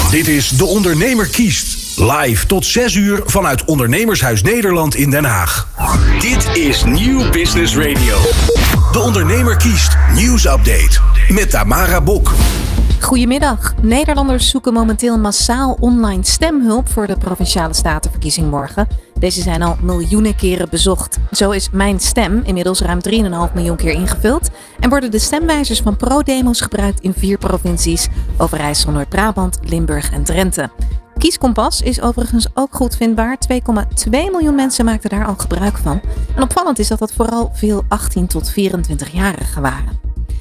Dit is De Ondernemer kiest. Live tot 6 uur vanuit Ondernemershuis Nederland in Den Haag. Dit is Nieuw Business Radio. De Ondernemer kiest. Nieuwsupdate. Met Tamara Bok. Goedemiddag. Nederlanders zoeken momenteel massaal online stemhulp voor de Provinciale Statenverkiezing morgen. Deze zijn al miljoenen keren bezocht. Zo is Mijn Stem inmiddels ruim 3,5 miljoen keer ingevuld. En worden de stemwijzers van ProDemos gebruikt in 4 provincies: Overijssel, Noord-Brabant, Limburg en Drenthe. Kieskompas is overigens ook goed vindbaar. 2,2 miljoen mensen maakten daar al gebruik van. En opvallend is dat vooral veel 18 tot 24-jarigen waren.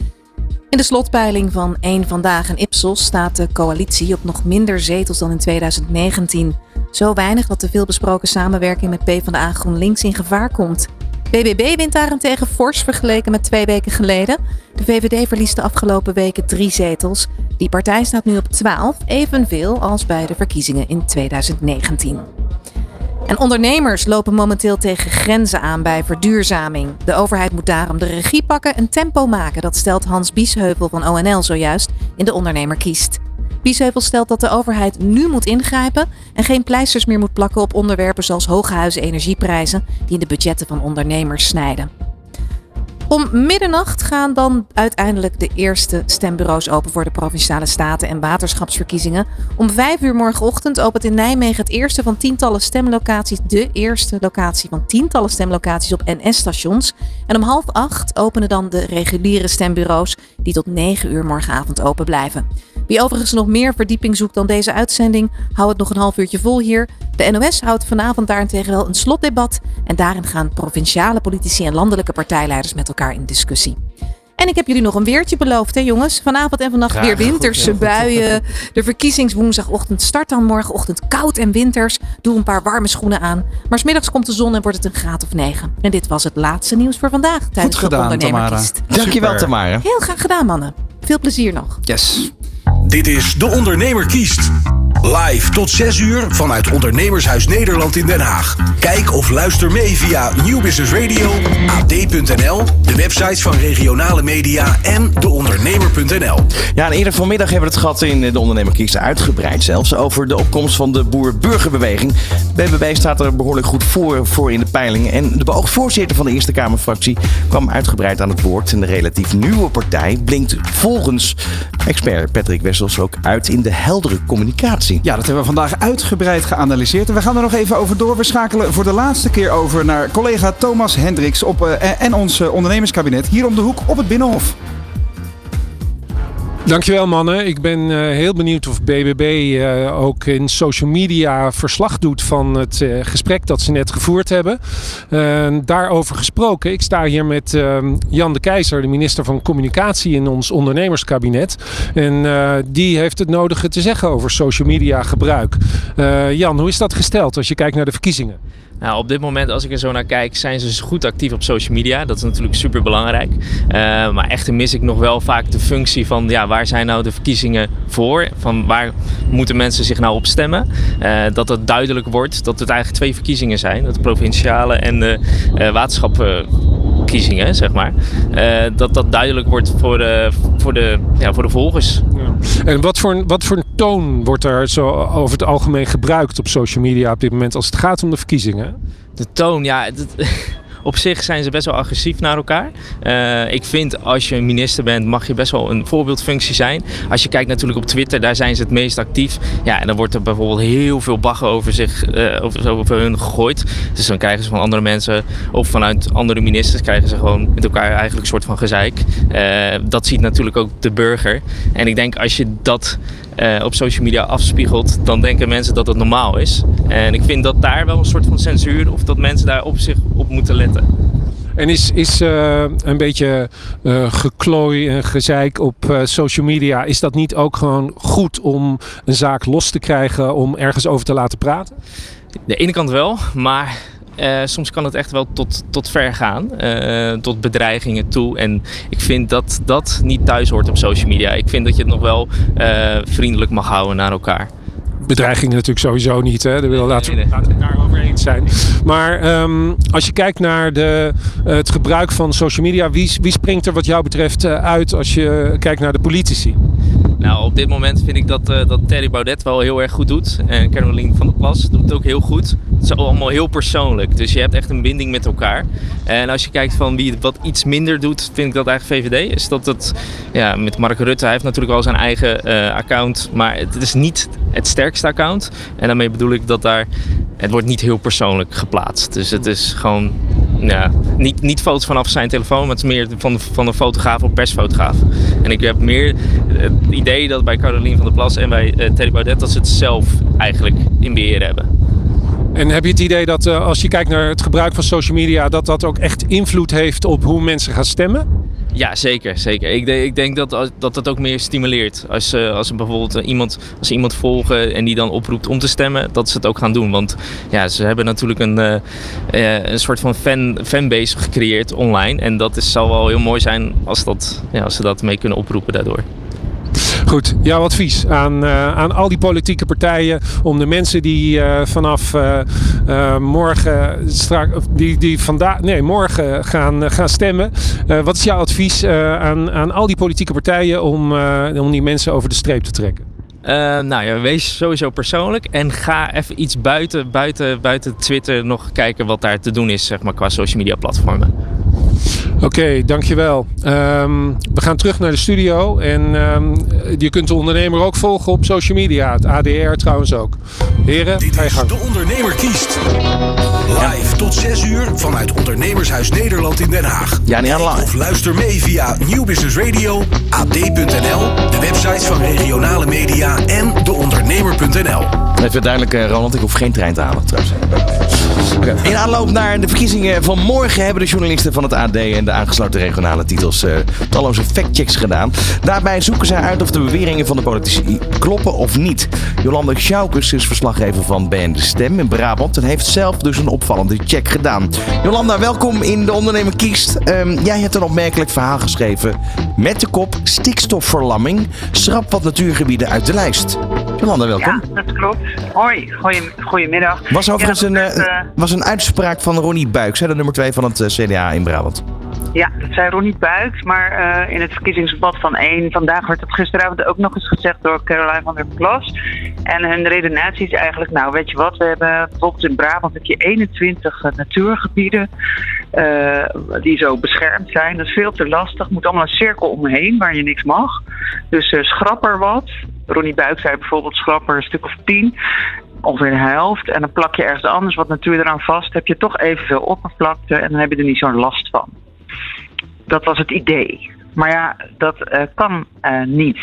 In de slotpeiling van Eén Vandaag en Ipsos staat de coalitie op nog minder zetels dan in 2019. Zo weinig dat de veelbesproken samenwerking met PvdA GroenLinks in gevaar komt. BBB wint daarentegen fors vergeleken met 2 weken geleden. De VVD verliest de afgelopen weken 3 zetels. Die partij staat nu op 12, evenveel als bij de verkiezingen in 2019. En ondernemers lopen momenteel tegen grenzen aan bij verduurzaming. De overheid moet daarom de regie pakken en tempo maken. Dat stelt Hans Biesheuvel van ONL zojuist in De Ondernemer kiest. Biesheuvel stelt dat de overheid nu moet ingrijpen en geen pleisters meer moet plakken op onderwerpen zoals hoge huizen energieprijzen die in de budgetten van ondernemers snijden. Om middernacht gaan dan uiteindelijk de eerste stembureaus open voor de Provinciale Staten- en Waterschapsverkiezingen. Om 5 uur morgenochtend opent in Nijmegen het eerste van tientallen stemlocaties. De eerste locatie van tientallen stemlocaties op NS-stations. En om 7:30 openen dan de reguliere stembureaus die tot 9 uur morgenavond open blijven. Wie overigens nog meer verdieping zoekt dan deze uitzending, hou het nog een half uurtje vol hier. De NOS houdt vanavond daarentegen wel een slotdebat. En daarin gaan provinciale politici en landelijke partijleiders met elkaar in discussie. En ik heb jullie nog een weertje beloofd, hè jongens. Vanavond en vannacht weer winterse buien. De verkiezingswoensdagochtend start dan morgenochtend koud en winters. Doe een paar warme schoenen aan. Maar 's middags komt de zon en wordt het een graad of 9. En dit was het laatste nieuws voor vandaag tijdens Goed gedaan, De Ondernemer Tamara. kiest. Dankjewel, Tamara. Heel graag gedaan, mannen. Veel plezier nog. Yes. Dit is De Ondernemer kiest. Live tot 6 uur vanuit Ondernemershuis Nederland in Den Haag. Kijk of luister mee via Nieuw Business Radio, AD.nl, de websites van regionale media en deondernemer.nl. Ja, en eerder vanmiddag hebben we het gehad in De Ondernemer kiest, uitgebreid zelfs, over de opkomst van de boer-burgerbeweging. BBB staat er behoorlijk goed voor in de peiling. En de beoogd voorzitter van de Eerste Kamerfractie kwam uitgebreid aan het woord. En de relatief nieuwe partij blinkt volgens expert Patrick Wessels ook uit in de heldere communicatie. Ja, dat hebben we vandaag uitgebreid geanalyseerd. En we gaan er nog even over door. We schakelen voor de laatste keer over naar collega Thomas Hendricks en ons ondernemerskabinet hier om de hoek op het Binnenhof. Dankjewel mannen. Ik ben heel benieuwd of BBB ook in social media verslag doet van het gesprek dat ze net gevoerd hebben. Daarover gesproken. Ik sta hier met Jan de Keizer, de minister van Communicatie in ons ondernemerskabinet. En die heeft het nodige te zeggen over social media gebruik. Jan, hoe is dat gesteld als je kijkt naar de verkiezingen? Nou, op dit moment, als ik er zo naar kijk, zijn ze goed actief op social media. Dat is natuurlijk super belangrijk. Maar echter mis ik nog wel vaak de functie van, ja, waar zijn nou de verkiezingen voor? Van waar moeten mensen zich nou op stemmen? Dat het duidelijk wordt dat het eigenlijk 2 verkiezingen zijn. De provinciale en de waterschapverkiezingen, zeg maar. Dat duidelijk wordt voor de volgers. Ja. En wat voor toon wordt er zo over het algemeen gebruikt op social media op dit moment als het gaat om de verkiezingen? De toon, ja, op zich zijn ze best wel agressief naar elkaar. Ik vind als je een minister bent, mag je best wel een voorbeeldfunctie zijn. Als je kijkt natuurlijk op Twitter, daar zijn ze het meest actief. Ja, en dan wordt er bijvoorbeeld heel veel bagger over hun gegooid. Dus dan krijgen ze van andere mensen of vanuit andere ministers krijgen ze gewoon met elkaar eigenlijk een soort van gezeik. Dat ziet natuurlijk ook de burger. En ik denk als je dat op social media afspiegelt, dan denken mensen dat het normaal is. En ik vind dat daar wel een soort van censuur of dat mensen daar op zich op moeten letten. En is een beetje geklooi en gezeik op social media, is dat niet ook gewoon goed om een zaak los te krijgen, om ergens over te laten praten? De ene kant wel, maar soms kan het echt wel tot ver gaan, tot bedreigingen toe. En ik vind dat dat niet thuis hoort op social media. Ik vind dat je het nog wel vriendelijk mag houden naar elkaar. Bedreigingen natuurlijk sowieso niet. Hè? Laten we het daarover eens zijn. Maar als je kijkt naar het gebruik van social media, wie springt er wat jou betreft uit als je kijkt naar de politici? Nou, op dit moment vind ik dat Thierry Baudet wel heel erg goed doet. En Caroline van der Plas doet het ook heel goed. Het is allemaal heel persoonlijk. Dus je hebt echt een binding met elkaar. En als je kijkt van wie wat iets minder doet, vind ik dat eigenlijk VVD. Is dat het, ja, met Mark Rutte, hij heeft natuurlijk wel zijn eigen account. Maar het is niet het sterkste account. En daarmee bedoel ik dat het wordt niet heel persoonlijk geplaatst. Dus het is gewoon, ja, niet foto's vanaf zijn telefoon. Maar het is meer van een fotograaf of persfotograaf. En ik heb meer het idee dat bij Caroline van der Plas en bij Thierry Baudet dat ze het zelf eigenlijk in beheer hebben. En heb je het idee dat als je kijkt naar het gebruik van social media, dat ook echt invloed heeft op hoe mensen gaan stemmen? Ja, zeker. Ik denk dat het ook meer stimuleert. Als bijvoorbeeld iemand volgen en die dan oproept om te stemmen, dat ze het ook gaan doen. Want ja, ze hebben natuurlijk een soort van fanbase gecreëerd online. En dat zal wel heel mooi zijn als ze dat mee kunnen oproepen daardoor. Goed, jouw advies aan al die politieke partijen om de mensen die vanaf morgen morgen gaan stemmen. Wat is jouw advies aan al die politieke partijen om die mensen over de streep te trekken? Nou ja, wees sowieso persoonlijk en ga even iets buiten Twitter nog kijken wat daar te doen is, zeg maar, qua social media platformen. Oké, dankjewel. We gaan terug naar de studio en je kunt de ondernemer ook volgen op social media. Het ADR trouwens ook. Heren, dit ga je is gang. De Ondernemer kiest. Live tot 6 uur vanuit Ondernemershuis Nederland in Den Haag. Ja, niet aan live. Of luister mee via Nieuw Business Radio, AD.nl, de websites van regionale media en deondernemer.nl. Even duidelijk, Ronald, ik hoef geen trein te halen trouwens. In aanloop naar de verkiezingen van morgen hebben de journalisten van het AD en de aangesloten regionale titels talloze factchecks gedaan. Daarbij zoeken zij uit of de beweringen van de politici kloppen of niet. Jolanda Sjoukes is verslaggever van BN De Stem in Brabant en heeft zelf dus een opvallende check gedaan. Jolanda, welkom in De Ondernemer kiest. Jij hebt een opmerkelijk verhaal geschreven met de kop stikstofverlamming. Schrap wat natuurgebieden uit de lijst. Jolanda, welkom. Ja, dat klopt. Hoi, goedemiddag. Was overigens was een uitspraak van Ronnie Buijks, de nummer 2 van het CDA in Brabant. Ja, dat zei Ronnie Buijks, maar in het verkiezingsdebat van 1 vandaag werd het gisteravond ook nog eens gezegd door Caroline van der Plas. En hun redenatie is eigenlijk, nou weet je wat, we hebben bijvoorbeeld in Brabant heb je 21 natuurgebieden die zo beschermd zijn. Dat is veel te lastig, moet allemaal een cirkel omheen waar je niks mag. Dus schrap er wat. Ronnie Buijks zei bijvoorbeeld schrap er een stuk of 10. Ongeveer de helft. En dan plak je ergens anders wat natuur eraan vast. Heb je toch evenveel oppervlakte en dan heb je er niet zo'n last van. Dat was het idee. Maar ja, dat kan niet.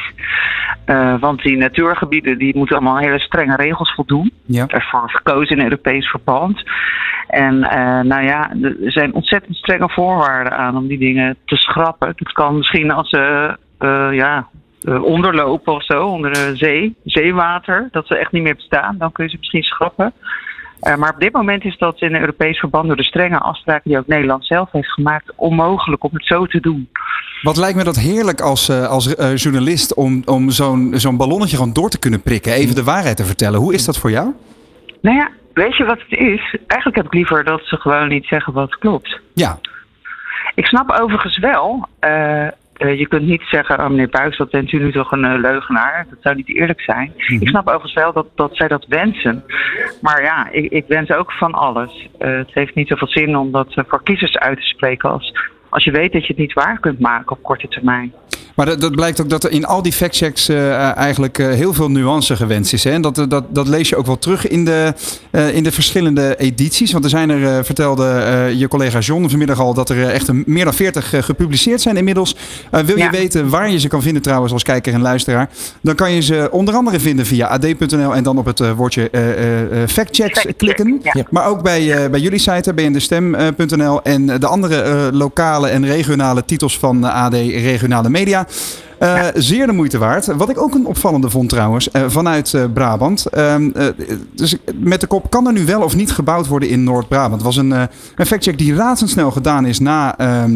Want die natuurgebieden die moeten allemaal hele strenge regels voldoen. Ja. Daarvoor gekozen in Europees verband. En nou ja, er zijn ontzettend strenge voorwaarden aan om die dingen te schrappen. Dat kan misschien als ze onderlopen of zo, onder de zeewater, dat ze echt niet meer bestaan. Dan kun je ze misschien schrappen. Maar op dit moment is dat in Europees verband door de strenge afspraken die ook Nederland zelf heeft gemaakt onmogelijk om het zo te doen. Wat lijkt me dat heerlijk als journalist om zo'n ballonnetje gewoon door te kunnen prikken. Even de waarheid te vertellen. Hoe is dat voor jou? Nou ja, weet je wat het is? Eigenlijk heb ik liever dat ze gewoon niet zeggen wat klopt. Ja. Ik snap overigens wel. Je kunt niet zeggen, oh, meneer Buijks, wat bent u nu toch een leugenaar? Dat zou niet eerlijk zijn. Mm-hmm. Ik snap overigens wel dat zij dat wensen. Maar ja, ik wens ook van alles. Het heeft niet zoveel zin om dat voor kiezers uit te spreken als je weet dat je het niet waar kunt maken op korte termijn. Maar dat blijkt ook dat er in al die factchecks eigenlijk heel veel nuance gewenst is. Hè? En dat lees je ook wel terug in de verschillende edities. Want er zijn er, vertelde je collega John vanmiddag al, dat er echt meer dan 40 gepubliceerd zijn inmiddels. Wil je weten waar je ze kan vinden trouwens als kijker en luisteraar? Dan kan je ze onder andere vinden via ad.nl en dan op het woordje factchecks klikken. Ja. Maar ook bij jullie site, bndestem.nl en de andere lokale en regionale titels van AD Regionale Media. Zeer de moeite waard. Wat ik ook een opvallende vond trouwens, vanuit Brabant. Dus met de kop, kan er nu wel of niet gebouwd worden in Noord-Brabant? Het was een factcheck die razendsnel gedaan is na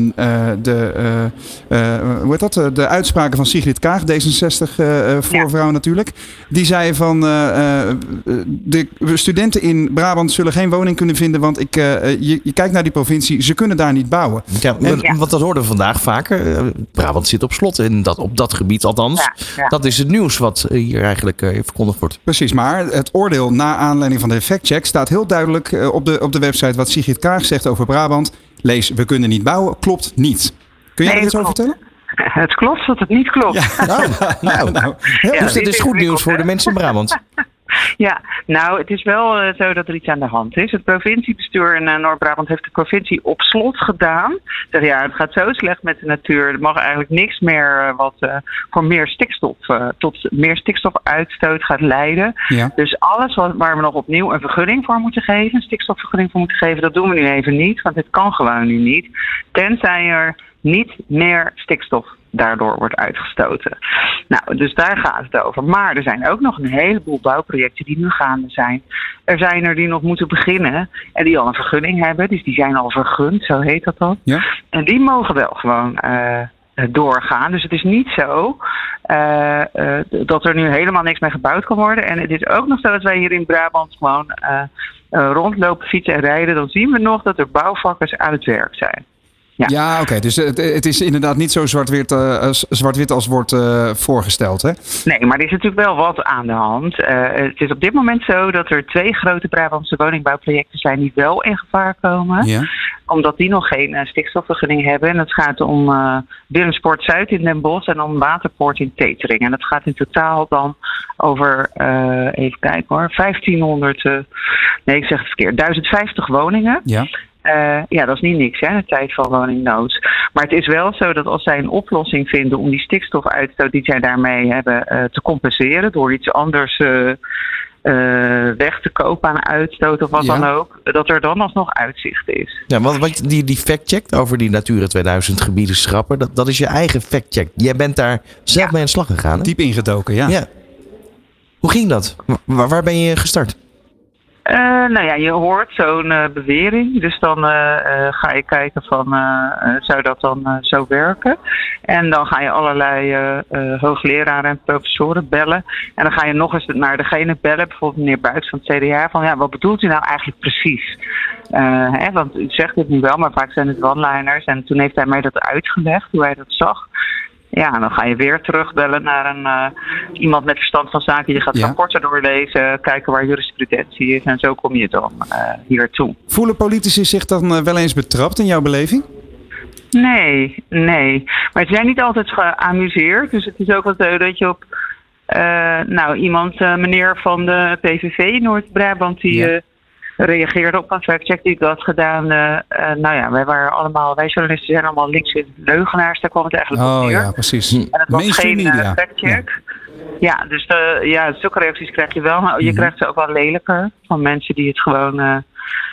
de uitspraken van Sigrid Kaag, D66 voorvrouw natuurlijk. Die zei van de studenten in Brabant zullen geen woning kunnen vinden, want je kijkt naar die provincie, ze kunnen daar niet bouwen. Ja, want dat hoorden we vandaag vaker. Brabant zit op slot in dat opzicht. op dat gebied althans. Ja. Dat is het nieuws wat hier eigenlijk verkondigd wordt. Precies, maar het oordeel na aanleiding van de factcheck staat heel duidelijk op de website wat Sigrid Kaag zegt over Brabant. Lees, we kunnen niet bouwen, klopt niet. Kun jij er iets over vertellen? Het klopt dat het niet klopt. Dus dit is goed nieuws voor de mensen in Brabant. Ja, nou, het is wel zo dat er iets aan de hand is. Het provinciebestuur in Noord-Brabant heeft de provincie op slot gedaan. Zeg, ja, het gaat zo slecht met de natuur. Er mag eigenlijk niks meer wat voor meer stikstof, tot meer stikstofuitstoot gaat leiden. Ja. Dus alles waar we nog opnieuw een vergunning voor moeten geven, een stikstofvergunning voor moeten geven, dat doen we nu even niet. Want dit kan gewoon nu niet. Tenzij er niet meer stikstof daardoor wordt uitgestoten. Nou, dus daar gaat het over. Maar er zijn ook nog een heleboel bouwprojecten die nu gaande zijn. Er zijn er die nog moeten beginnen en die al een vergunning hebben. Dus die zijn al vergund, zo heet dat dan. Ja. En die mogen wel gewoon doorgaan. Dus het is niet zo dat er nu helemaal niks meer gebouwd kan worden. En het is ook nog zo dat wij hier in Brabant gewoon rondlopen, fietsen en rijden. Dan zien we nog dat er bouwvakkers aan het werk zijn. Ja, oké. Dus het is inderdaad niet zo zwart-wit als wordt voorgesteld, hè? Nee, maar er is natuurlijk wel wat aan de hand. Het is op dit moment zo dat er 2 grote Brabantse woningbouwprojecten zijn die wel in gevaar komen. Ja. Omdat die nog geen stikstofvergunning hebben. En het gaat om Willemspoort Zuid in Den Bosch en om Waterpoort in Tetering. En dat gaat in totaal dan over, even kijken hoor, 1050 woningen. Ja. Ja, dat is niet niks, hè, in de tijd van woningnood. Maar het is wel zo dat als zij een oplossing vinden om die stikstofuitstoot die zij daarmee hebben te compenseren door iets anders weg te kopen aan uitstoot of wat dan ook, dat er dan alsnog uitzicht is. Ja, want die factcheck over die Natura 2000 gebieden schrappen, dat is je eigen factcheck. Jij bent daar zelf mee aan de slag gegaan, hè? Diep ingedoken, ja. Hoe ging dat? Waar ben je gestart? Nou ja, je hoort zo'n bewering. Dus dan ga je kijken van, zou dat dan zo werken? En dan ga je allerlei hoogleraren en professoren bellen. En dan ga je nog eens naar degene bellen, bijvoorbeeld meneer Buijs van het CDA. Van ja, wat bedoelt u nou eigenlijk precies? Want u zegt het nu wel, maar vaak zijn het one-liners. En toen heeft hij mij dat uitgelegd, hoe hij dat zag. Ja, en dan ga je weer terugbellen naar iemand met verstand van zaken. Je gaat rapporten doorlezen, kijken waar jurisprudentie is. En zo kom je dan hier toe. Voelen politici zich dan wel eens betrapt in jouw beleving? Nee. Maar ze zijn niet altijd geamuseerd. Dus het is ook wel zo dat je op iemand, meneer van de PVV in Noord-Brabant, die reageerde op een factcheck die ik had gedaan. Wij journalisten zijn allemaal linkse leugenaars. Daar kwam het eigenlijk op neer. Ja, precies. En het was geen factcheck. Ja, dus zulke reacties krijg je wel. Maar je krijgt ze ook wel lelijker van mensen die het gewoon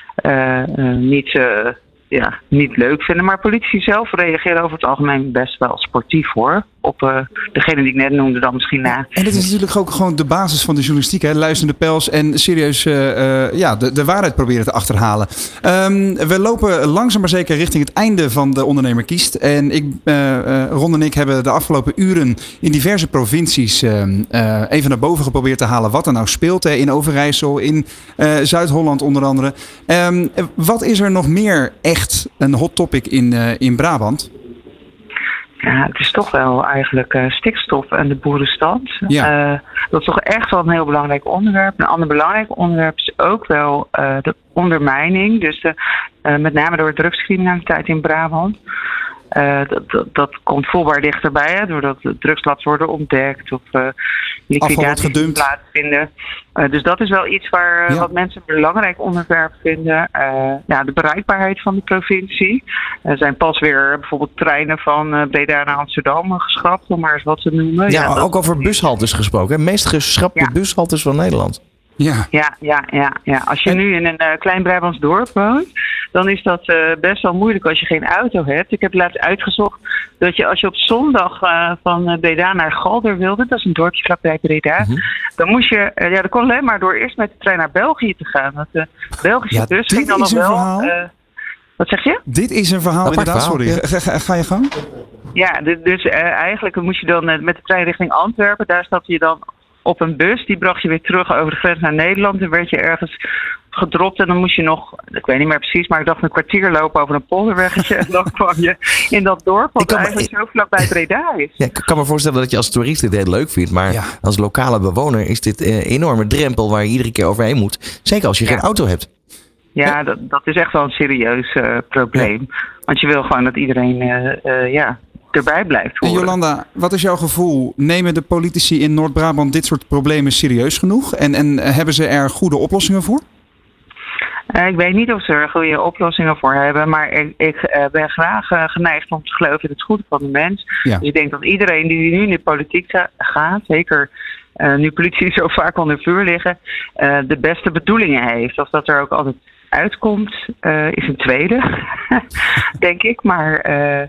niet leuk vinden. Maar politici zelf reageren over het algemeen best wel sportief hoor. Op degene die ik net noemde dan misschien na. En dat is natuurlijk ook gewoon de basis van de journalistiek. Hè? Luisterende pels en serieus de waarheid proberen te achterhalen. We lopen langzaam maar zeker richting het einde van de Ondernemer Kiest. En Ron en ik hebben de afgelopen uren in diverse provincies even naar boven geprobeerd te halen wat er nou speelt. In Overijssel, in Zuid-Holland onder andere. Wat is er nog meer echt een hot topic in Brabant? Ja, het is toch wel eigenlijk stikstof en de boerenstand. Ja. Dat is toch echt wel een heel belangrijk onderwerp. Een ander belangrijk onderwerp is ook wel de ondermijning. Dus met name door drugscriminaliteit in Brabant. Dat komt voelbaar dichterbij, hè, doordat drugslabs worden ontdekt of liquidaties plaatsvinden. Dus dat is wel iets wat mensen een belangrijk onderwerp vinden. De bereikbaarheid van de provincie. Er zijn pas weer bijvoorbeeld treinen van Breda naar Amsterdam geschrapt, om maar eens wat te noemen. Ja, ook over bushaltes gesproken. Meest geschrapte bushaltes van Nederland. Ja. Als je nu in een klein Brabants dorp woont, dan is dat best wel moeilijk als je geen auto hebt. Ik heb laatst uitgezocht dat je als je op zondag van Breda naar Galder wilde, dat is een dorpje vlakbij Breda, dan moest je, dat kon alleen maar door eerst met de trein naar België te gaan. Want de Belgische bus ging dan nog wel. Wat zeg je? Dit is een verhaal, inderdaad. Sorry. Ga je gang? Ja, dus eigenlijk moest je dan met de trein richting Antwerpen. Daar stapte je dan op een bus. Die bracht je weer terug over de grens naar Nederland. Dan werd je ergens gedropt en dan moest je nog, ik weet niet meer precies, maar ik dacht een kwartier lopen over een polderweggetje. En dan kwam je in dat dorp wat eigenlijk zo vlak bij Breda is. Ja, ik kan me voorstellen dat je als toerist dit heel leuk vindt. Maar als lokale bewoner is dit een enorme drempel waar je iedere keer overheen moet. Zeker als je geen auto hebt. Ja, dat is echt wel een serieus probleem. Ja. Want je wil gewoon dat iedereen erbij blijft horen. En Jolanda, wat is jouw gevoel? Nemen de politici in Noord-Brabant dit soort problemen serieus genoeg? En hebben ze er goede oplossingen voor? Ik weet niet of ze er goede oplossingen voor hebben. Maar ik ben graag geneigd om te geloven in het goede van de mens. Ja. Dus ik denk dat iedereen die nu in de politiek gaat, zeker nu politici zo vaak onder vuur liggen, de beste bedoelingen heeft. Of dat er ook altijd uitkomt, is een tweede, denk ik. Maar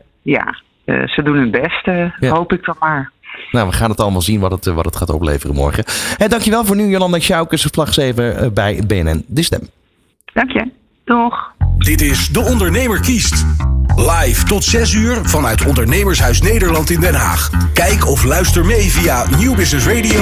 ze doen hun best, hoop ik dan maar. Nou, we gaan het allemaal zien wat het gaat opleveren morgen. Dankjewel voor nu, Jolanda Sjoukes, verslaggever bij BNN De Stem. Dank je. Doeg. Dit is De Ondernemer kiest. Live tot 6 uur vanuit Ondernemershuis Nederland in Den Haag. Kijk of luister mee via Nieuw Business Radio,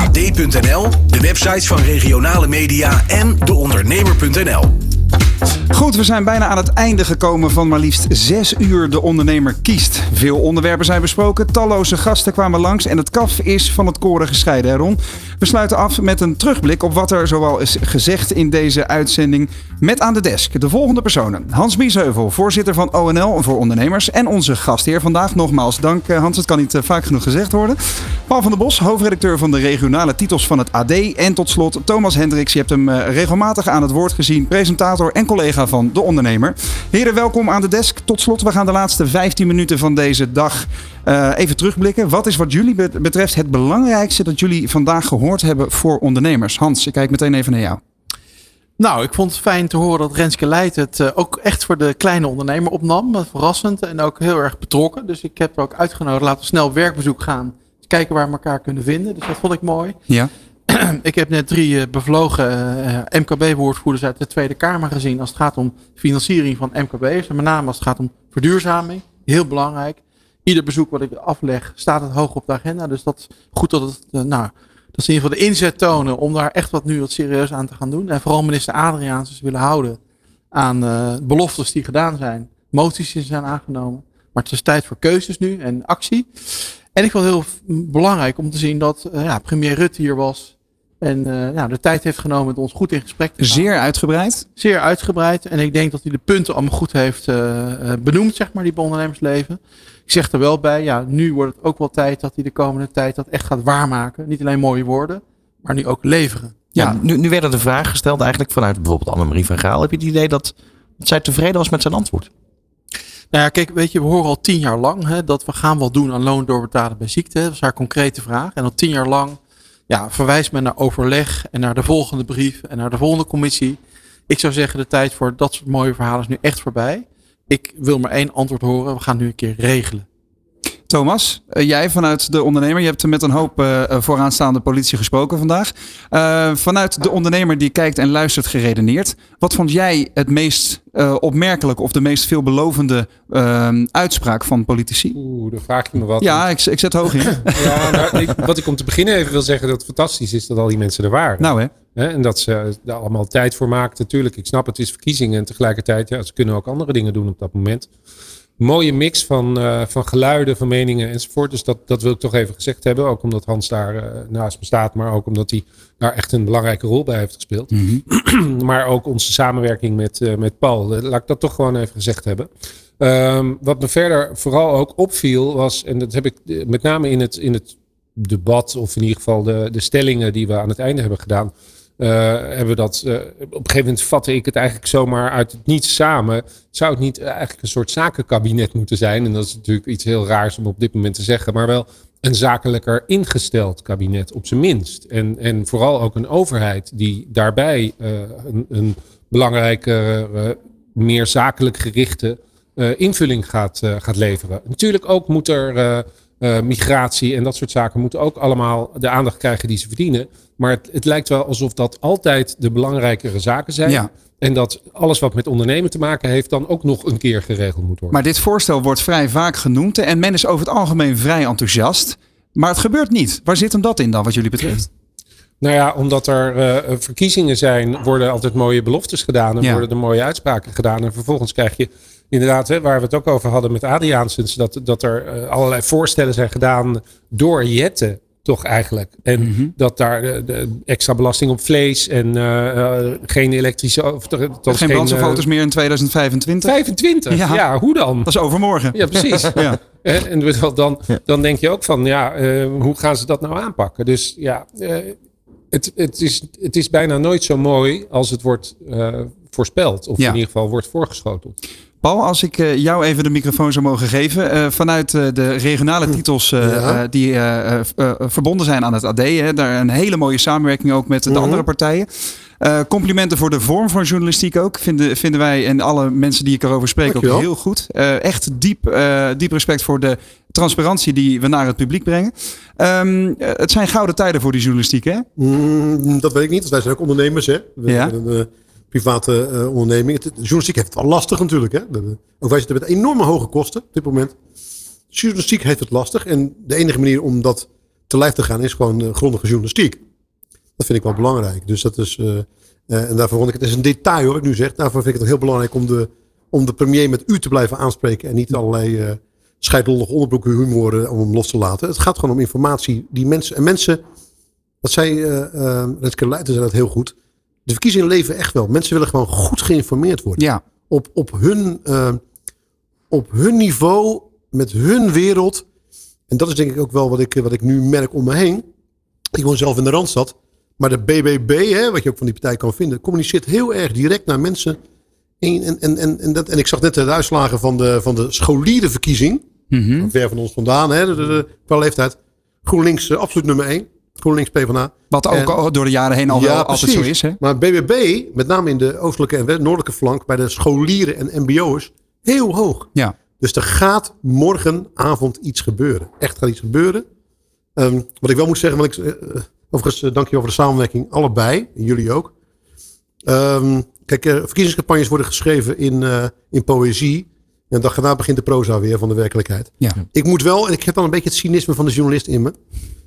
AD.nl, de websites van regionale media en deondernemer.nl. Goed, we zijn bijna aan het einde gekomen van maar liefst 6 uur De Ondernemer kiest. Veel onderwerpen zijn besproken, talloze gasten kwamen langs en het kaf is van het koren gescheiden, hè Ron? We sluiten af met een terugblik op wat er zoal is gezegd in deze uitzending met aan de desk de volgende personen. Hans Biesheuvel, voorzitter van ONL voor ondernemers en onze gastheer vandaag. Nogmaals dank Hans, het kan niet vaak genoeg gezegd worden. Paul van der Bos, hoofdredacteur van de regionale titels van het AD. En tot slot Thomas Hendricks, je hebt hem regelmatig aan het woord gezien, presentator en collega van De Ondernemer. Heren, welkom aan de desk. Tot slot, we gaan de laatste 15 minuten van deze dag even terugblikken. Wat is wat jullie betreft het belangrijkste dat jullie vandaag gehoord hebben voor ondernemers? Hans, ik kijk meteen even naar jou. Nou, ik vond het fijn te horen dat Renske Leijt het ook echt voor de kleine ondernemer opnam. Verrassend en ook heel erg betrokken. Dus ik heb er ook uitgenodigd, laten we snel op werkbezoek gaan. Kijken waar we elkaar kunnen vinden. Dus dat vond ik mooi. Ja. Ik heb net 3 bevlogen MKB-woordvoerders uit de Tweede Kamer gezien als het gaat om financiering van MKB's. En met name als het gaat om verduurzaming. Heel belangrijk. Ieder bezoek wat ik afleg staat het hoog op de agenda. Dus dat is goed dat het, dat ze in ieder geval de inzet tonen om daar echt wat serieus aan te gaan doen. En vooral minister Adriaanse willen houden aan beloftes die gedaan zijn. Moties die zijn aangenomen. Maar het is tijd voor keuzes nu en actie. En ik vond het heel belangrijk om te zien dat premier Rutte hier was. En de tijd heeft genomen met ons goed in gesprek te gaan. Zeer uitgebreid? Zeer uitgebreid. En ik denk dat hij de punten allemaal goed heeft benoemd, zeg maar, die bij ondernemersleven. Ik zeg er wel bij, nu wordt het ook wel tijd dat hij de komende tijd dat echt gaat waarmaken. Niet alleen mooie woorden, maar nu ook leveren. Ja, nu werd er de vraag gesteld eigenlijk vanuit bijvoorbeeld Annemarie van Gaal. Heb je het idee dat zij tevreden was met zijn antwoord? Nou ja, kijk, weet je, we horen al 10 jaar lang dat we gaan wat doen aan loon doorbetalen bij ziekte. Dat was haar concrete vraag. En al 10 jaar lang verwijst men naar overleg en naar de volgende brief en naar de volgende commissie. Ik zou zeggen, de tijd voor dat soort mooie verhalen is nu echt voorbij. Ik wil maar 1 antwoord horen. We gaan nu een keer regelen. Thomas, jij vanuit De Ondernemer. Je hebt met een hoop vooraanstaande politici gesproken vandaag. Vanuit De Ondernemer die kijkt en luistert geredeneerd. Wat vond jij het meest opmerkelijk of de meest veelbelovende uitspraak van politici? Daar vraag je me wat. Ja, ik zet hoog in. Wat ik om te beginnen even wil zeggen dat het fantastisch is dat al die mensen er waren. Nou hè. En dat ze er allemaal tijd voor maakten. Natuurlijk, ik snap het is verkiezingen en tegelijkertijd ze kunnen ook andere dingen doen op dat moment. Mooie mix van geluiden, van meningen enzovoort. Dus dat wil ik toch even gezegd hebben. Ook omdat Hans daar naast me staat. Maar ook omdat hij daar echt een belangrijke rol bij heeft gespeeld. Mm-hmm. Maar ook onze samenwerking met Paul. Laat ik dat toch gewoon even gezegd hebben. Wat me verder vooral ook opviel was. En dat heb ik met name in het debat. Of in ieder geval de stellingen die we aan het einde hebben gedaan. Hebben we dat op een gegeven moment vatte ik het eigenlijk zomaar uit het niets samen. Zou het niet eigenlijk een soort zakenkabinet moeten zijn? En dat is natuurlijk iets heel raars om op dit moment te zeggen. Maar wel een zakelijker ingesteld kabinet op zijn minst. En vooral ook een overheid die daarbij een belangrijke, meer zakelijk gerichte invulling gaat leveren. Natuurlijk ook moet er migratie en dat soort zaken moeten ook allemaal de aandacht krijgen die ze verdienen. Maar het lijkt wel alsof dat altijd de belangrijkere zaken zijn. Ja. En dat alles wat met ondernemen te maken heeft dan ook nog een keer geregeld moet worden. Maar dit voorstel wordt vrij vaak genoemd. En men is over het algemeen vrij enthousiast. Maar het gebeurt niet. Waar zit hem dat in dan wat jullie betreft? Nou ja, omdat er verkiezingen zijn, worden altijd mooie beloftes gedaan. En worden er mooie uitspraken gedaan. En vervolgens krijg je inderdaad, waar we het ook over hadden met Adriaansens, dat er allerlei voorstellen zijn gedaan door Jette. Toch eigenlijk. En dat daar de extra belasting op vlees en geen elektrische... Geen brandstofauto's meer in 2025? 25? Ja, hoe dan? Dat is overmorgen. Ja, precies. Ja. En dan denk je ook van, hoe gaan ze dat nou aanpakken? Dus ja, het is bijna nooit zo mooi als het wordt voorspeld. Of in ieder geval wordt voorgeschoteld. Paul, als ik jou even de microfoon zou mogen geven. Vanuit de regionale titels die verbonden zijn aan het AD. Daar een hele mooie samenwerking ook met de andere partijen. Complimenten voor de vorm van journalistiek ook. Vinden wij en alle mensen die ik erover spreek ook heel goed. Echt diep respect voor de transparantie die we naar het publiek brengen. Het zijn gouden tijden voor die journalistiek, hè? Dat weet ik niet. Wij zijn ook ondernemers, hè? We zijn een private onderneming. De journalistiek heeft het wel lastig natuurlijk, hè? Ook wij zitten met enorme hoge kosten op dit moment. De journalistiek heeft het lastig. En de enige manier om dat te lijf te gaan is gewoon grondige journalistiek. Dat vind ik wel belangrijk. Dus dat is, en daarvoor vond ik het is een detail hoor, ik nu zeg. Daarvoor vind ik het heel belangrijk om de premier met u te blijven aanspreken. En niet allerlei scheidlollige onderbroeken humor om hem los te laten. Het gaat gewoon om informatie die mensen, dat zei Renske Leijten zei dat heel goed. De verkiezingen leven echt wel. Mensen willen gewoon goed geïnformeerd worden. Ja. Op hun niveau, met hun wereld. En dat is denk ik ook wel wat ik nu merk om me heen. Ik woon zelf in de Randstad. Maar de BBB, wat je ook van die partij kan vinden, communiceert heel erg direct naar mensen. En ik zag net de uitslagen van de scholierenverkiezing. Ver van ons vandaan, qua leeftijd. GroenLinks absoluut nummer 1. GroenLinks PvdA. Wat ook door de jaren heen al wel altijd zo is. Hè? Maar BBB, met name in de oostelijke en noordelijke flank, bij de scholieren en mbo'ers, heel hoog. Ja. Dus er gaat morgenavond iets gebeuren. Echt gaat iets gebeuren. Wat ik wel moet zeggen, overigens dank je wel voor de samenwerking, allebei, en jullie ook. Kijk, verkiezingscampagnes worden geschreven in poëzie. En dag daarna begint de proza weer van de werkelijkheid. Ja. Ik moet wel, en ik heb dan een beetje het cynisme van de journalist in me.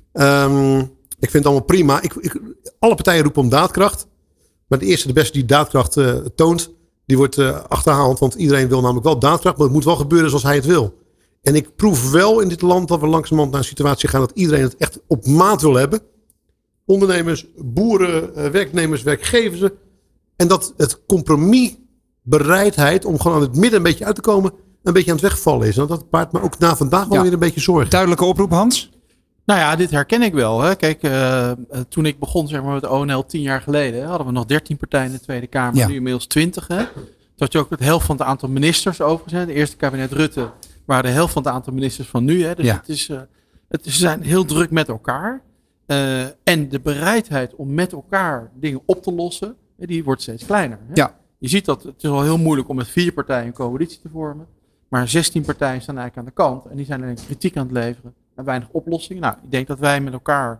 Ik vind het allemaal prima. Alle partijen roepen om daadkracht. Maar de beste die daadkracht toont, die wordt achterhaald. Want iedereen wil namelijk wel daadkracht, maar het moet wel gebeuren zoals hij het wil. En ik proef wel in dit land dat we langzamerhand naar een situatie gaan dat iedereen het echt op maat wil hebben. Ondernemers, boeren, werknemers, werkgevers. En dat het compromisbereidheid om gewoon aan het midden een beetje uit te komen, een beetje aan het wegvallen is. En dat baart me ook na vandaag wel weer een beetje zorgen. Duidelijke oproep, Hans? Nou ja, dit herken ik wel. Hè. Kijk, toen ik begon met ONL 10 jaar geleden, hadden we nog 13 partijen in de Tweede Kamer. Nu inmiddels 20. Hè. Toen had je ook het helft van het aantal ministers overigens. De eerste kabinet Rutte waren de helft van het aantal ministers van nu. Hè. Dus ze zijn heel druk met elkaar. En de bereidheid om met elkaar dingen op te lossen, die wordt steeds kleiner. Hè. Ja. Je ziet dat het is al heel moeilijk om met 4 partijen een coalitie te vormen. Maar 16 partijen staan eigenlijk aan de kant. En die zijn alleen kritiek aan het leveren. En weinig oplossingen. Nou, ik denk dat wij met elkaar,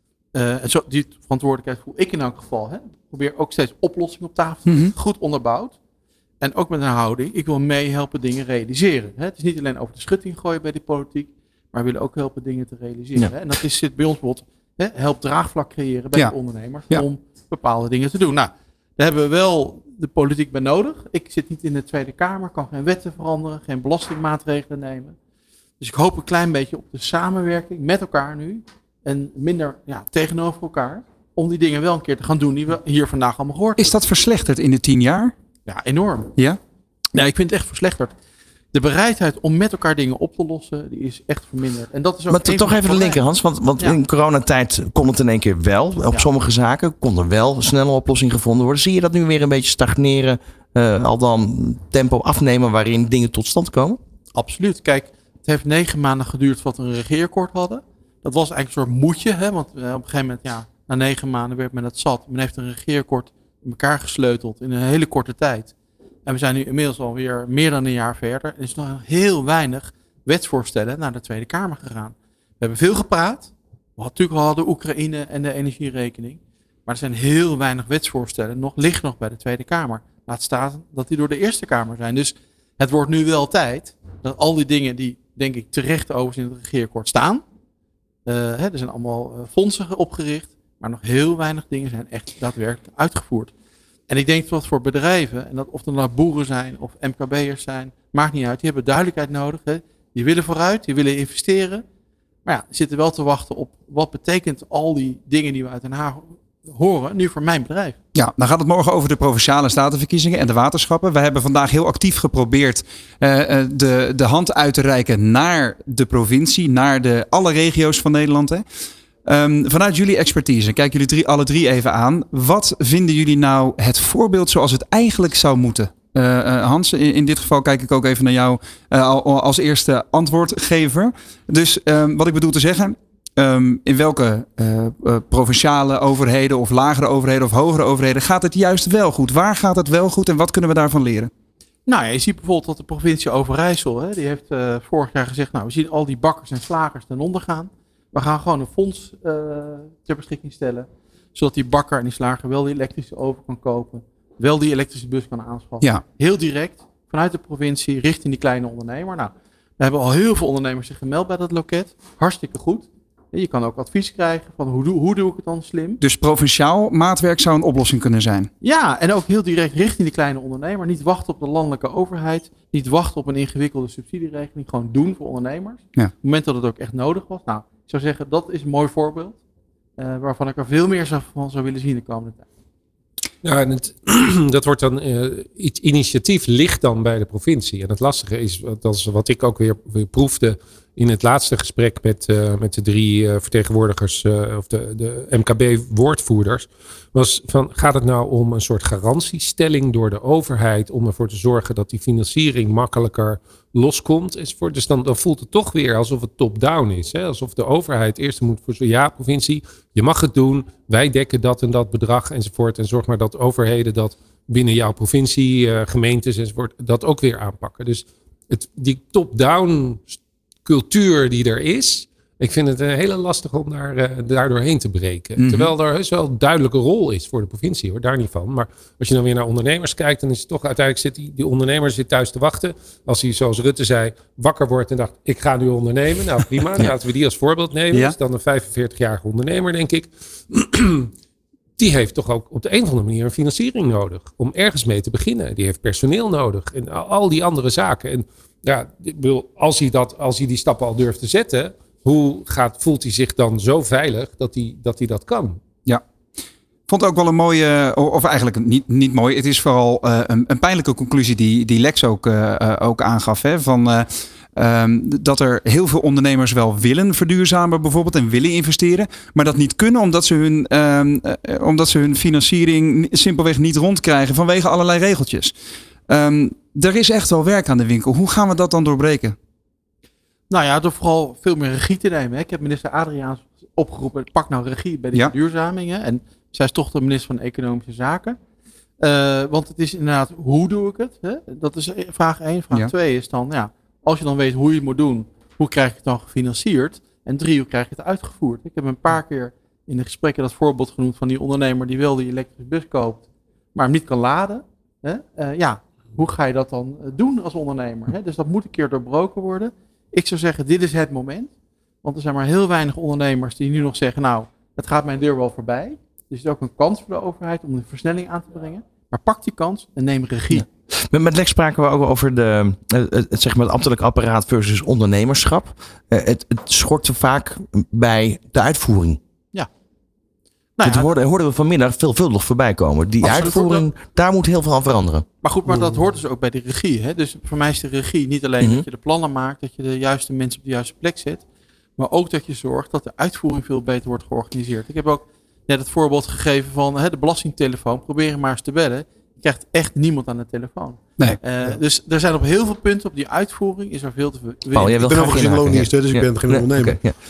die verantwoordelijkheid voel ik in elk geval, probeer ook steeds oplossingen op tafel te zetten, goed onderbouwd. En ook met een houding, ik wil meehelpen dingen realiseren. Het is niet alleen over de schutting gooien bij die politiek, maar we willen ook helpen dingen te realiseren. Ja. En dat zit bij ons bijvoorbeeld, help draagvlak creëren bij de ondernemers om bepaalde dingen te doen. Nou, daar hebben we wel de politiek bij nodig. Ik zit niet in de Tweede Kamer, kan geen wetten veranderen, geen belastingmaatregelen nemen. Dus ik hoop een klein beetje op de samenwerking met elkaar nu. En minder tegenover elkaar. Om die dingen wel een keer te gaan doen die we hier vandaag allemaal gehoord hebben. Is dat verslechterd in de 10 jaar? Ja, enorm. Ja? Nee, ik vind het echt verslechterd. De bereidheid om met elkaar dingen op te lossen, die is echt verminderd. En dat is ook maar toch even de linker, Hans. Want in coronatijd kon het in één keer wel. Op sommige zaken kon er wel een snelle oplossing gevonden worden. Zie je dat nu weer een beetje stagneren? Al dan tempo afnemen waarin dingen tot stand komen? Absoluut. Kijk, het heeft 9 maanden geduurd voordat we een regeerakkoord hadden. Dat was eigenlijk een soort moedje. Hè? Want op een gegeven moment, na 9 maanden werd men het zat. Men heeft een regeerakkoord in elkaar gesleuteld in een hele korte tijd. En we zijn nu inmiddels alweer meer dan een jaar verder. Er is nog heel weinig wetsvoorstellen naar de Tweede Kamer gegaan. We hebben veel gepraat. We natuurlijk al de Oekraïne en de energierekening. Maar er zijn heel weinig wetsvoorstellen. Liggen nog bij de Tweede Kamer. Laat staan dat die door de Eerste Kamer zijn. Dus het wordt nu wel tijd dat al die dingen die, denk ik, terecht overigens in het regeerakkoord staan. Er zijn allemaal fondsen opgericht. Maar nog heel weinig dingen zijn echt daadwerkelijk uitgevoerd. En ik denk dat voor bedrijven, en dat of er nou boeren zijn of MKB'ers zijn, maakt niet uit. Die hebben duidelijkheid nodig. Hè. Die willen vooruit, die willen investeren. Maar ja, zitten wel te wachten op wat betekent al die dingen die we uit Den Haag horen nu voor mijn bedrijf. Ja, dan gaat het morgen over de Provinciale Statenverkiezingen en de waterschappen. We hebben vandaag heel actief geprobeerd de hand uit te reiken naar de provincie, naar alle regio's van Nederland. Hè. Vanuit jullie expertise, kijk jullie alle drie even aan. Wat vinden jullie nou het voorbeeld zoals het eigenlijk zou moeten? Hans, in dit geval kijk ik ook even naar jou als eerste antwoordgever. Dus wat ik bedoel te zeggen, in welke provinciale overheden of lagere overheden of hogere overheden gaat het juist wel goed? Waar gaat het wel goed en wat kunnen we daarvan leren? Nou ja, je ziet bijvoorbeeld dat de provincie Overijssel, hè, die heeft vorig jaar gezegd, nou we zien al die bakkers en slagers ten onder gaan. We gaan gewoon een fonds ter beschikking stellen, zodat die bakker en die slager wel die elektrische oven kan kopen. Wel die elektrische bus kan aanschaffen. Ja. Heel direct vanuit de provincie richting die kleine ondernemer. Nou, daar hebben al heel veel ondernemers zich gemeld bij dat loket. Hartstikke goed. Je kan ook advies krijgen van hoe doe ik het dan slim. Dus provinciaal maatwerk zou een oplossing kunnen zijn. Ja, en ook heel direct richting die kleine ondernemer. Niet wachten op de landelijke overheid. Niet wachten op een ingewikkelde subsidieregeling. Gewoon doen voor ondernemers. Ja. Op het moment dat het ook echt nodig was. Nou, ik zou zeggen, dat is een mooi voorbeeld. Waarvan ik er veel meer van zou willen zien de komende tijd. Ja, en dat wordt dan iets initiatief ligt dan bij de provincie. En het lastige is, dat is wat ik ook weer proefde in het laatste gesprek met de 3 vertegenwoordigers of de MKB-woordvoerders, was van, gaat het nou om een soort garantiestelling door de overheid om ervoor te zorgen dat die financiering makkelijker loskomt enzovoort. Dus dan voelt het toch weer alsof het top-down is. Hè? Alsof de overheid eerst moet voor ja, provincie, je mag het doen, wij dekken dat en dat bedrag enzovoort. En zorg maar dat overheden dat binnen jouw provincie, gemeentes enzovoort, dat ook weer aanpakken. Dus die top-down cultuur die er is, ik vind het een hele lastig om daar doorheen te breken. Mm-hmm. Terwijl er heus wel een duidelijke rol is voor de provincie, hoor, daar niet van. Maar als je dan weer naar ondernemers kijkt, dan is het toch uiteindelijk die ondernemer zit thuis te wachten. Als hij, zoals Rutte zei, wakker wordt en dacht, ik ga nu ondernemen. Nou prima, laten we die als voorbeeld nemen. Ja. Dat is dan een 45-jarige ondernemer, denk ik. Die heeft toch ook op de een of andere manier een financiering nodig om ergens mee te beginnen. Die heeft personeel nodig en al die andere zaken. En ja, ik bedoel, als hij die stappen al durft te zetten, voelt hij zich dan zo veilig dat hij dat kan? Ja. Vond ook wel een mooie, of eigenlijk niet mooi. Het is vooral een pijnlijke conclusie die Lex ook aangaf. Hè, van dat er heel veel ondernemers wel willen verduurzamen bijvoorbeeld en willen investeren, maar dat niet kunnen omdat ze hun financiering simpelweg niet rondkrijgen vanwege allerlei regeltjes. Er is echt wel werk aan de winkel. Hoe gaan we dat dan doorbreken? Nou ja, door vooral veel meer regie te nemen. Hè. Ik heb minister Adriaans opgeroepen, pak nou regie bij de verduurzamingen. En zij is toch de minister van Economische Zaken. Want het is inderdaad, hoe doe ik het? Hè? Dat is vraag 1. Vraag 2 is dan, als je dan weet hoe je het moet doen, hoe krijg je het dan gefinancierd? En 3, hoe krijg je het uitgevoerd? Ik heb een paar keer in de gesprekken dat voorbeeld genoemd van die ondernemer die wel die elektrische bus koopt, maar hem niet kan laden. Hè? Hoe ga je dat dan doen als ondernemer? Hè? Dus dat moet een keer doorbroken worden. Ik zou zeggen, dit is het moment. Want er zijn maar heel weinig ondernemers die nu nog zeggen, nou, het gaat mijn deur wel voorbij. Dus het is ook een kans voor de overheid om een versnelling aan te brengen. Maar pak die kans en neem regie. Ja. Met Lex spraken we ook over het ambtelijk apparaat versus ondernemerschap. Het schortte vaak bij de uitvoering. Ja. Dat hoorden we vanmiddag veelvuldig voorbij komen. Die uitvoering, daar moet heel veel aan veranderen. Maar goed, maar dat hoort dus ook bij de regie. Hè? Dus voor mij is de regie niet alleen dat je de plannen maakt, dat je de juiste mensen op de juiste plek zet. Maar ook dat je zorgt dat de uitvoering veel beter wordt georganiseerd. Ik heb ook net het voorbeeld gegeven van de belastingtelefoon. Probeer maar eens te bellen. Je krijgt echt niemand aan de telefoon. Nee. Dus er zijn op heel veel punten op die uitvoering is er veel te veel. Paul, ik ben overigens in loondienst, dus ik ben geen ondernemer. Okay,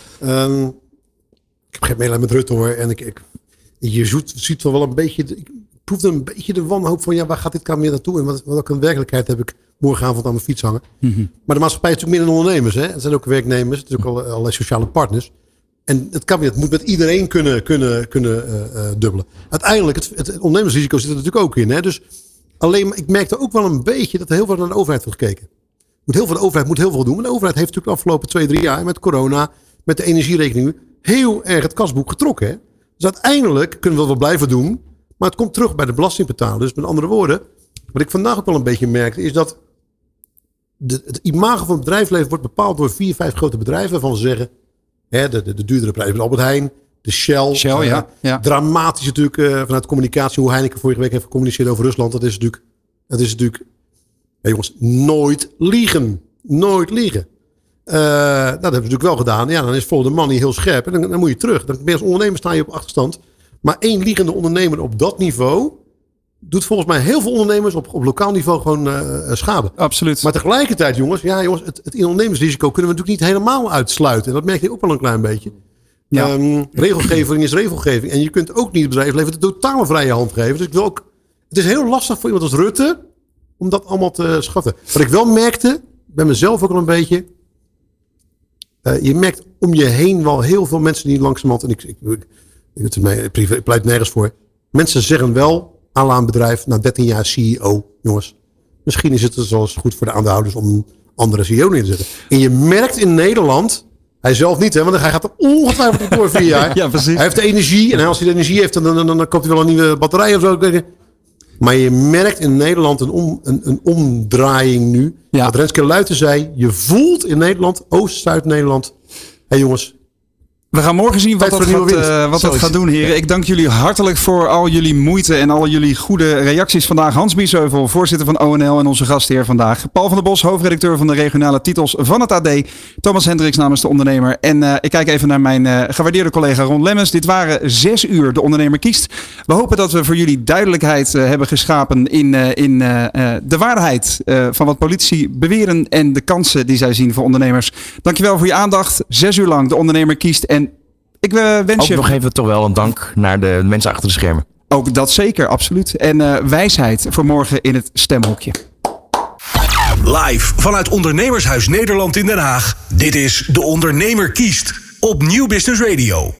ik heb geen medelijden met Rutte hoor. En je ziet wel een beetje, ik proefde een beetje de wanhoop van waar gaat dit kabinet naartoe? En welke werkelijkheid heb ik morgenavond aan mijn fiets hangen? Mm-hmm. Maar de maatschappij is natuurlijk meer dan ondernemers. Hè? Het zijn ook werknemers, het zijn ook allerlei sociale partners. En het kabinet moet met iedereen kunnen dubbelen. Uiteindelijk, het ondernemersrisico zit er natuurlijk ook in. Hè? Dus alleen, ik merkte ook wel een beetje dat er heel veel naar de overheid wordt gekeken. De overheid moet heel veel doen. Maar de overheid heeft natuurlijk de afgelopen 2-3 jaar met corona, met de energierekening, heel erg het kasboek getrokken. Hè? Dus uiteindelijk kunnen we dat wel blijven doen. Maar het komt terug bij de belastingbetaler. Dus met andere woorden, wat ik vandaag ook wel een beetje merkte, is dat het imago van het bedrijfsleven wordt bepaald door 4, 5 grote bedrijven. Waarvan ze zeggen, de duurdere prijs van Albert Heijn, de Shell. Dramatisch natuurlijk vanuit communicatie, hoe Heineken vorige week heeft gecommuniceerd over Rusland. Dat is natuurlijk jongens, nooit liegen. Nooit liegen. Dat hebben we natuurlijk wel gedaan. Ja, dan is follow the money heel scherp. En dan moet je terug. Dan ben je als ondernemer sta je op achterstand. Maar 1 liegende ondernemer op dat niveau doet volgens mij heel veel ondernemers op lokaal niveau gewoon schade. Absoluut. Maar tegelijkertijd, jongens, het ondernemersrisico kunnen we natuurlijk niet helemaal uitsluiten. En dat merk je ook wel een klein beetje. Ja. Regelgeving is regelgeving. En je kunt ook niet het bedrijfsleven de totale vrije hand geven. Dus ik wil ook. Het is heel lastig voor iemand als Rutte om dat allemaal te schatten. Wat ik wel merkte, bij mezelf ook al een beetje. Je merkt om je heen wel heel veel mensen die langzamerhand. En ik pleit nergens voor. Mensen zeggen wel aan een bedrijf na 13 jaar CEO. Jongens, misschien is het zoals goed voor de aandeelhouders om een andere CEO neer te zetten. En je merkt in Nederland. Hij zelf niet, want hij gaat er ongetwijfeld door 4 jaar. Ja, precies. Hij heeft de energie. En als hij de energie heeft, dan koopt hij wel een nieuwe batterij of zo. Maar je merkt in Nederland een omdraaiing nu. Ja. Wat Renske Luijten zei. Je voelt in Nederland, Oost-Zuid-Nederland. Hé jongens. We gaan morgen zien wat dat gaat doen, heren. Ik dank jullie hartelijk voor al jullie moeite en al jullie goede reacties vandaag. Hans Biesheuvel, voorzitter van ONL en onze gastheer vandaag. Paul van der Bos, hoofdredacteur van de regionale titels van het AD. Thomas Hendricks namens de ondernemer. En ik kijk even naar mijn gewaardeerde collega Ron Lemmens. Dit waren 6 uur De Ondernemer Kiest. We hopen dat we voor jullie duidelijkheid hebben geschapen in de waarheid van wat politici beweren en de kansen die zij zien voor ondernemers. Dankjewel voor je aandacht. 6 uur lang De Ondernemer Kiest. En ik wens je... Ook nog even toch wel een dank naar de mensen achter de schermen. Ook dat zeker, absoluut. En wijsheid voor morgen in het stemhokje. Live vanuit Ondernemershuis Nederland in Den Haag. Dit is De Ondernemer Kiest op Nieuw Business Radio.